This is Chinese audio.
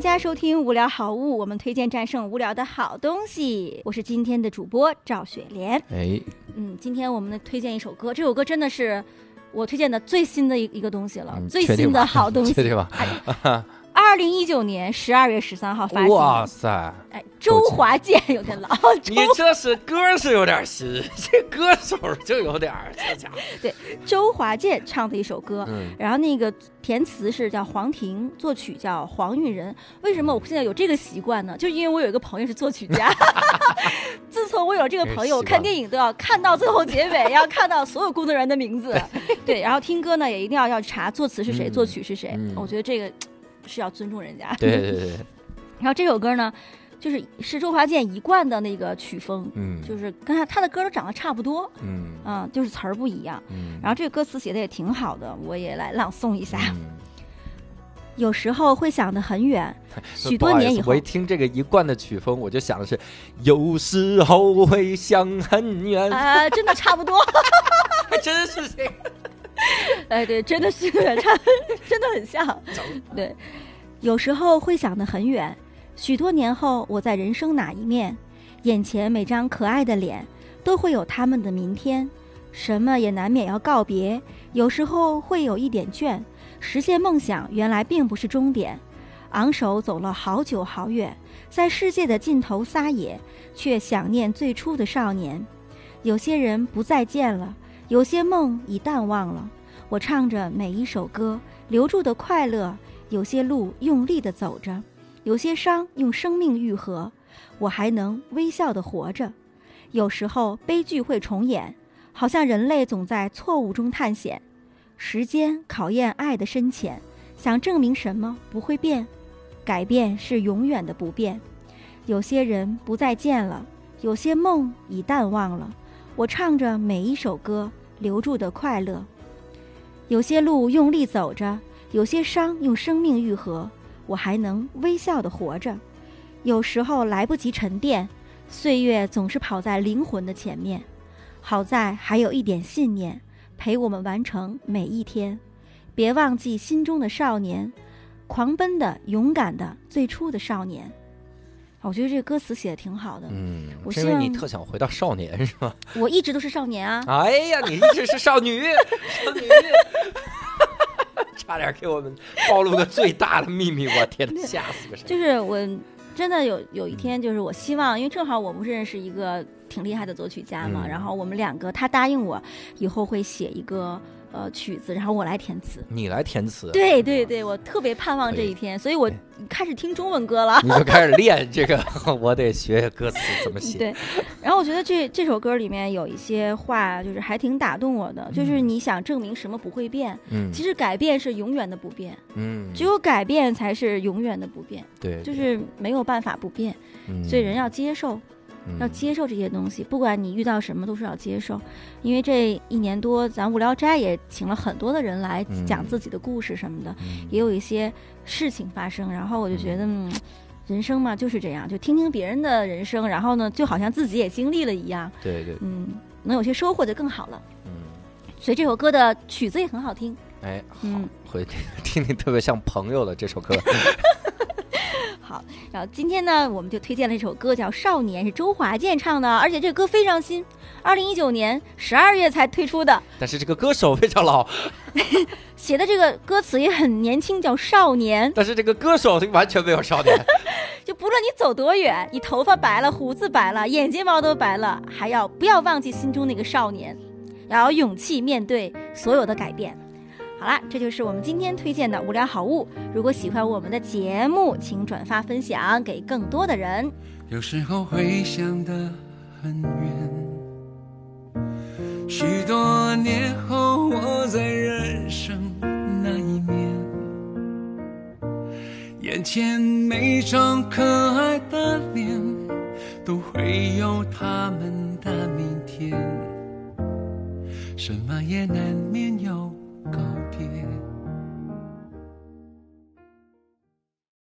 家收听无聊好物，我们推荐战胜无聊的好东西。我是今天的主播赵雪莲。今天我们推荐一首歌，这首歌真的是我推荐的最新的一个东西了，最新的好东西。 确定吧 ？2019年12月13号发行。 哇塞！ 周华健有点老。 你这是歌是有点新，这歌手就有点这家伙。 对，周华健唱的一首歌，然后那个填词是叫黄婷，作曲叫黄韵仁。为什么我现在有这个习惯呢？就因为我有一个朋友是作曲家。自从我有这个朋友，我看电影都要看到最后结尾，要看到所有工作人员的名字。对，然后听歌呢也一定要查作词是谁，作曲是谁。我觉得这个是要尊重人家。 对对对。 然后这首歌呢，是周华健一贯的那个曲风，就是跟他的歌都长得差不多，就是词儿不一样。然后这个歌词写的也挺好的，我也来朗诵一下。有时候会想得很远，许多年以后。 我一听这个一贯的曲风，我就想的是有时候会想很远。 真的差不多。 还真是这个。 对，真的是真的很像。对，有时候会想得很远，许多年后我在人生哪一面，眼前每张可爱的脸都会有他们的明天，什么也难免要告别，有时候会有一点倦，实现梦想原来并不是终点，昂首走了好久好远，在世界的尽头撒野，却想念最初的少年。有些人不再见了，有些梦已淡忘了，我唱着每一首歌留住的快乐，有些路用力地走着，有些伤用生命愈合，我还能微笑地活着。有时候悲剧会重演，好像人类总在错误中探险，时间考验爱的深浅，想证明什么不会变，改变是永远的不变。有些人不再见了，有些梦已淡忘了，我唱着每一首歌留住的快乐。有些路用力走着，有些伤用生命愈合，我还能微笑地活着。有时候来不及沉淀，岁月总是跑在灵魂的前面，好在还有一点信念陪我们完成每一天。别忘记心中的少年，狂奔的勇敢的最初的少年。我觉得这个歌词写的挺好的。我希望因为你特想回到少年是吗？ 我一直都是少年啊。 哎呀，你一直是少女。少女。差点给我们暴露个最大的秘密，我天哪，吓死个谁！ 就是我真的有一天，就是我希望，因为正好我不是认识一个挺厉害的作曲家嘛，然后我们两个，他答应我以后会写一个曲子，然后我来填词。 你来填词？ 对对对，我特别盼望这一天，所以我开始听中文歌了。 你就开始练这个，我得学歌词怎么写。 对，然后我觉得这首歌里面有一些话，就是还挺打动我的，就是你想证明什么不会变，其实改变是永远的不变，只有改变才是永远的不变。 对， 就是没有办法不变，所以人要接受。要接受这些东西，不管你遇到什么都是要接受。因为这1年多咱无聊斋也请了很多的人来讲自己的故事什么的，也有一些事情发生，然后我就觉得人生嘛就是这样，就听听别人的人生，然后呢就好像自己也经历了一样。 对对， 能有些收获就更好了。所以这首歌的曲子也很好听。 哎，好，回听听特别像朋友的这首歌。 好，然后今天呢，我们就推荐了一首歌，叫《少年》，是周华健唱的，而且这个歌非常新，2019年12月才推出的。 但是这个歌手非常老， 写的这个歌词也很年轻，叫《少年》。 但是这个歌手完全没有少年。 就不论你走多远，你头发白了，胡子白了，眼睫毛都白了，还要不要忘记心中那个少年，要有勇气面对所有的改变。好啦，这就是我们今天推荐的无聊好物。如果喜欢我们的节目，请转发分享给更多的人。 有时候会想得很远，许多年后我在人生那一面，眼前每张可爱的脸都会有他们的明天，什么也难免有告别。